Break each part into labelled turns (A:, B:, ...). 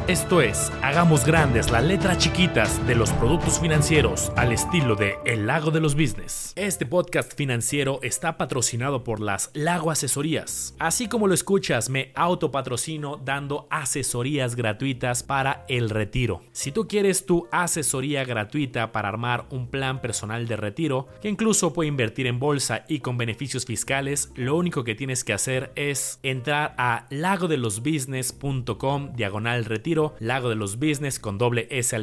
A: Esto es, hagamos grandes las letras chiquitas de los productos financieros al estilo de El Lago de los Business. Este podcast financiero está patrocinado por las Lago Asesorías. Así como lo escuchas, me autopatrocino dando asesorías gratuitas para el retiro. Si tú quieres tu asesoría gratuita para armar un plan personal de retiro, que incluso puede invertir en bolsa y con beneficios fiscales, lo único que tienes que hacer es entrar a lagodelosbusiness.com/retiro, Lago de los Business con doble S al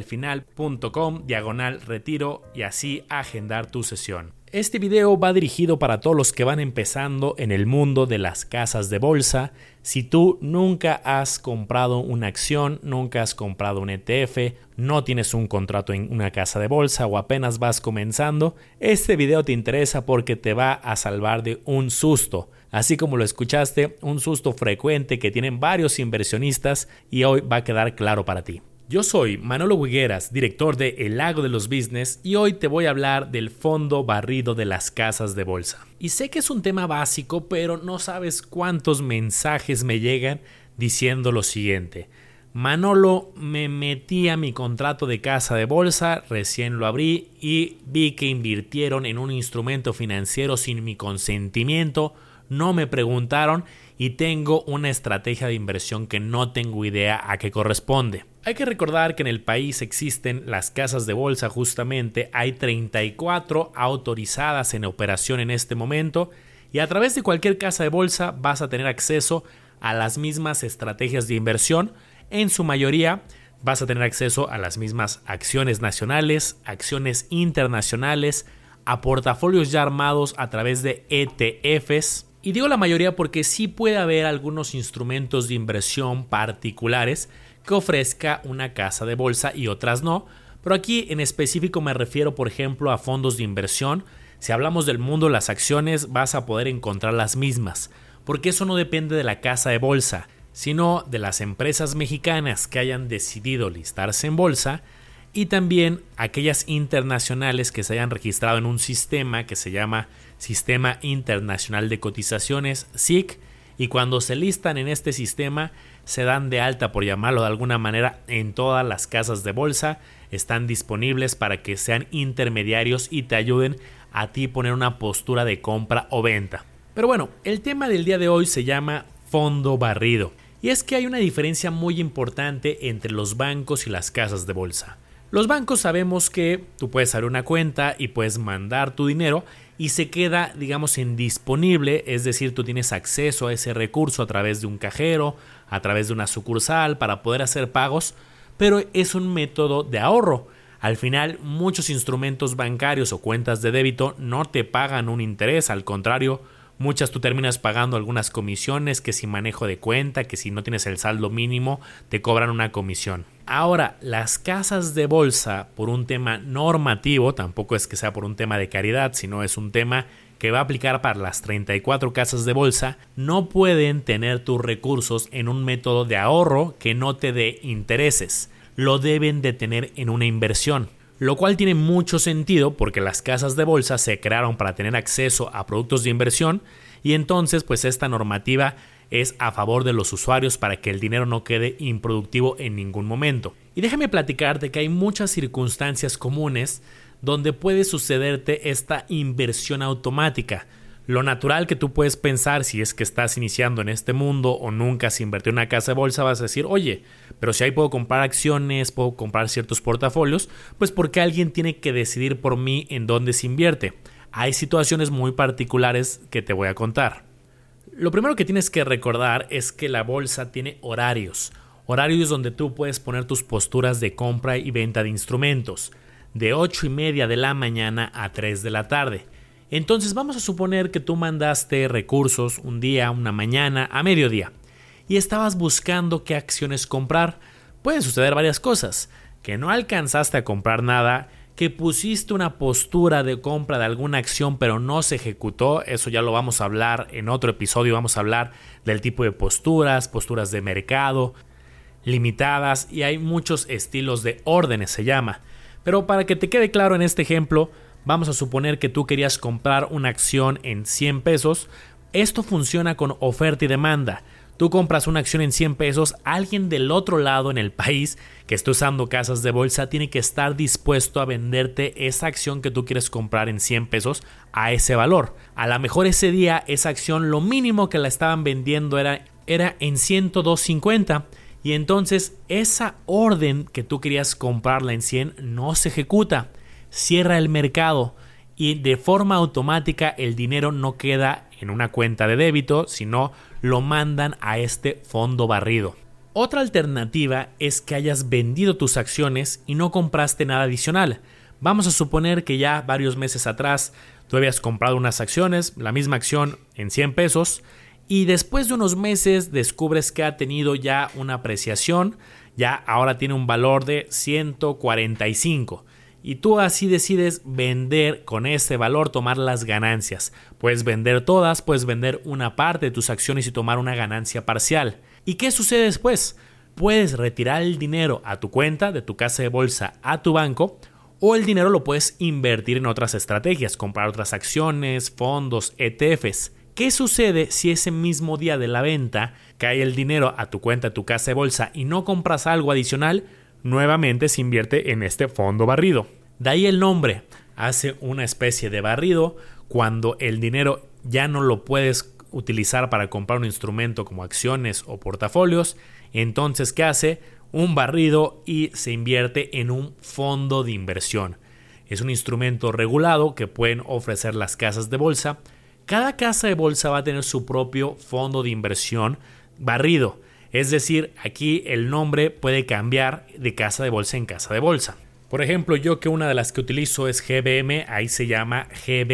A: final.com/retiro y así agendar tu sesión. Este video va dirigido para todos los que van empezando en el mundo de las casas de bolsa. Si tú nunca has comprado una acción, nunca has comprado un ETF, no tienes un contrato en una casa de bolsa o apenas vas comenzando, este video te interesa porque te va a salvar de un susto. Así como lo escuchaste, un susto frecuente que tienen varios inversionistas y hoy va a quedar claro para ti. Yo soy Manolo Huigueras, director de El Lago de los Business y hoy te voy a hablar del fondo barrido de las casas de bolsa. Y sé que es un tema básico, pero no sabes cuántos mensajes me llegan diciendo lo siguiente. Manolo, me metí a mi contrato de casa de bolsa, recién lo abrí y vi que invirtieron en un instrumento financiero sin mi consentimiento. No me preguntaron y tengo una estrategia de inversión que no tengo idea a qué corresponde. Hay que recordar que en el país existen las casas de bolsa justamente, hay 34 autorizadas en operación en este momento y a través de cualquier casa de bolsa vas a tener acceso a las mismas estrategias de inversión. En su mayoría vas a tener acceso a las mismas acciones nacionales, acciones internacionales, a portafolios ya armados a través de ETFs. Y digo la mayoría porque sí puede haber algunos instrumentos de inversión particulares que ofrezca una casa de bolsa y otras no, pero aquí en específico me refiero por ejemplo a fondos de inversión. Si hablamos del mundo de las acciones vas a poder encontrar las mismas, porque eso no depende de la casa de bolsa, sino de las empresas mexicanas que hayan decidido listarse en bolsa y también aquellas internacionales que se hayan registrado en un sistema que se llama Sistema Internacional de Cotizaciones, SIC, y cuando se listan en este sistema se dan de alta, por llamarlo de alguna manera, en todas las casas de bolsa, están disponibles para que sean intermediarios y te ayuden a ti poner una postura de compra o venta. Pero bueno, el tema del día de hoy se llama fondo barrido, y es que hay una diferencia muy importante entre los bancos y las casas de bolsa. Los bancos sabemos que tú puedes abrir una cuenta y puedes mandar tu dinero y se queda, digamos, en disponible, es decir, tú tienes acceso a ese recurso a través de un cajero, a través de una sucursal para poder hacer pagos, pero es un método de ahorro. Al final, muchos instrumentos bancarios o cuentas de débito no te pagan un interés, al contrario, muchas tú terminas pagando algunas comisiones, que si manejo de cuenta, que si no tienes el saldo mínimo, te cobran una comisión. Ahora, las casas de bolsa, por un tema normativo, tampoco es que sea por un tema de caridad, sino es un tema que va a aplicar para las 34 casas de bolsa, no pueden tener tus recursos en un método de ahorro que no te dé intereses. Lo deben de tener en una inversión. Lo cual tiene mucho sentido porque las casas de bolsa se crearon para tener acceso a productos de inversión y entonces pues esta normativa es a favor de los usuarios para que el dinero no quede improductivo en ningún momento. Y déjame platicarte que hay muchas circunstancias comunes donde puede sucederte esta inversión automática. Lo natural que tú puedes pensar si es que estás iniciando en este mundo o nunca has invertido en una casa de bolsa, vas a decir, oye, pero si ahí puedo comprar acciones, puedo comprar ciertos portafolios, pues porque alguien tiene que decidir por mí en dónde se invierte. Hay situaciones muy particulares que te voy a contar. Lo primero que tienes que recordar es que la bolsa tiene horarios donde tú puedes poner tus posturas de compra y venta de instrumentos, de 8:30 de la mañana a 3 de la tarde. Entonces vamos a suponer que tú mandaste recursos un día, una mañana, a mediodía y estabas buscando qué acciones comprar. Pueden suceder varias cosas, que no alcanzaste a comprar nada, que pusiste una postura de compra de alguna acción pero no se ejecutó. Eso ya lo vamos a hablar en otro episodio, vamos a hablar del tipo de posturas de mercado, limitadas y hay muchos estilos de órdenes se llama. Pero para que te quede claro en este ejemplo, vamos a suponer que tú querías comprar una acción en 100 pesos. Esto funciona con oferta y demanda. tú compras una acción en 100 pesos, alguien del otro lado en el país que esté usando casas de bolsa tiene que estar dispuesto a venderte esa acción que tú quieres comprar en 100 pesos a ese valor. A lo mejor ese día esa acción lo mínimo que la estaban vendiendo era en 102.50 y entonces esa orden que tú querías comprarla en 100 no se ejecuta, cierra el mercado y de forma automática el dinero no queda en una cuenta de débito, sino lo mandan a este fondo barrido. Otra alternativa es que hayas vendido tus acciones y no compraste nada adicional. Vamos a suponer que ya varios meses atrás tú habías comprado unas acciones, la misma acción en 100 pesos, y después de unos meses descubres que ha tenido ya una apreciación, ya ahora tiene un valor de 145. Y tú así decides vender con ese valor, tomar las ganancias. Puedes vender todas, puedes vender una parte de tus acciones y tomar una ganancia parcial. ¿Y qué sucede después? Puedes retirar el dinero a tu cuenta, de tu casa de bolsa a tu banco, o el dinero lo puedes invertir en otras estrategias, comprar otras acciones, fondos, ETFs. ¿Qué sucede si ese mismo día de la venta cae el dinero a tu cuenta, a tu casa de bolsa y no compras algo adicional? Nuevamente se invierte en este fondo barrido. De ahí el nombre, hace una especie de barrido cuando el dinero ya no lo puedes utilizar para comprar un instrumento como acciones o portafolios. Entonces, ¿qué hace? Un barrido y se invierte en un fondo de inversión. Es un instrumento regulado que pueden ofrecer las casas de bolsa. Cada casa de bolsa va a tener su propio fondo de inversión barrido. Es decir, aquí el nombre puede cambiar de casa de bolsa en casa de bolsa. Por ejemplo, yo que una de las que utilizo es GBM, ahí se llama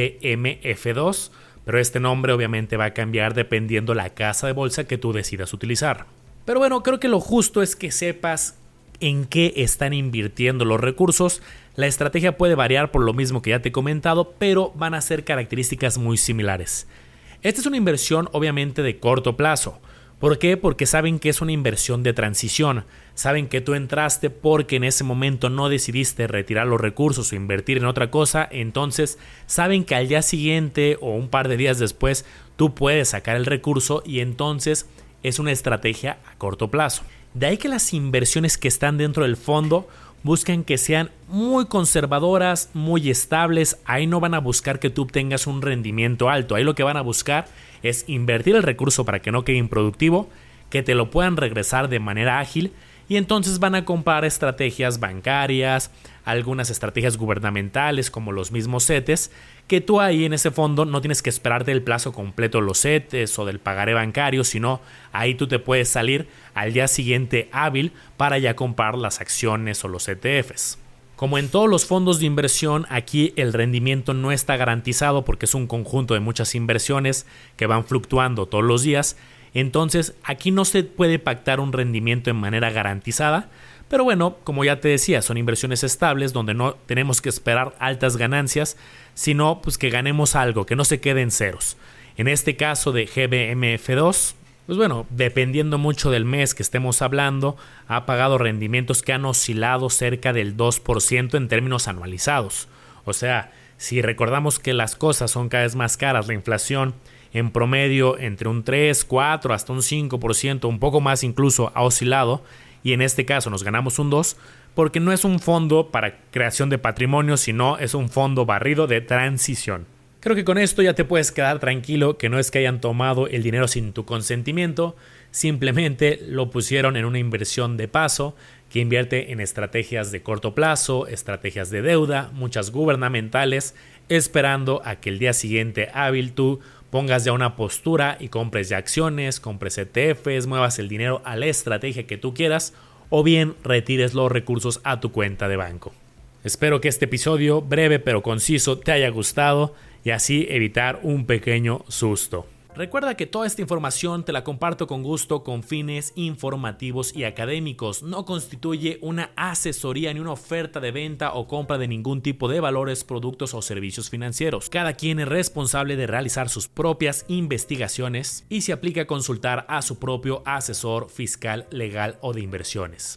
A: GBMF2, pero este nombre obviamente va a cambiar dependiendo la casa de bolsa que tú decidas utilizar. Pero bueno, creo que lo justo es que sepas en qué están invirtiendo los recursos. La estrategia puede variar por lo mismo que ya te he comentado, pero van a ser características muy similares. Esta es una inversión obviamente de corto plazo. ¿Por qué? Porque saben que es una inversión de transición. Saben que tú entraste porque en ese momento no decidiste retirar los recursos o invertir en otra cosa. Entonces saben que al día siguiente o un par de días después tú puedes sacar el recurso y entonces es una estrategia a corto plazo. De ahí que las inversiones que están dentro del fondo buscan que sean muy conservadoras, muy estables. Ahí no van a buscar que tú obtengas un rendimiento alto. Ahí lo que van a buscar es invertir el recurso para que no quede improductivo, que te lo puedan regresar de manera ágil y entonces van a comprar estrategias bancarias, algunas estrategias gubernamentales como los mismos CETES, que tú ahí en ese fondo no tienes que esperarte el plazo completo de los CETES o del pagaré bancario, sino ahí tú te puedes salir al día siguiente hábil para ya comprar las acciones o los ETFs. Como en todos los fondos de inversión, aquí el rendimiento no está garantizado porque es un conjunto de muchas inversiones que van fluctuando todos los días. Entonces, aquí no se puede pactar un rendimiento en manera garantizada. Pero bueno, como ya te decía, son inversiones estables donde no tenemos que esperar altas ganancias, sino pues que ganemos algo, que no se quede en ceros. En este caso de GBMF2, pues bueno, dependiendo mucho del mes que estemos hablando, ha pagado rendimientos que han oscilado cerca del 2% en términos anualizados. O sea, si recordamos que las cosas son cada vez más caras, la inflación en promedio entre un 3, 4, hasta un 5%, un poco más incluso ha oscilado, y en este caso nos ganamos un 2%, porque no es un fondo para creación de patrimonio, sino es un fondo barrido de transición. Creo que con esto ya te puedes quedar tranquilo que no es que hayan tomado el dinero sin tu consentimiento, simplemente lo pusieron en una inversión de paso que invierte en estrategias de corto plazo, estrategias de deuda, muchas gubernamentales, esperando a que el día siguiente hábil tú pongas ya una postura y compres ya acciones, compres ETFs, muevas el dinero a la estrategia que tú quieras o bien retires los recursos a tu cuenta de banco. Espero que este episodio breve pero conciso te haya gustado y así evitar un pequeño susto. Recuerda que toda esta información te la comparto con gusto con fines informativos y académicos. No constituye una asesoría ni una oferta de venta o compra de ningún tipo de valores, productos o servicios financieros. Cada quien es responsable de realizar sus propias investigaciones y se aplica a consultar a su propio asesor fiscal, legal o de inversiones.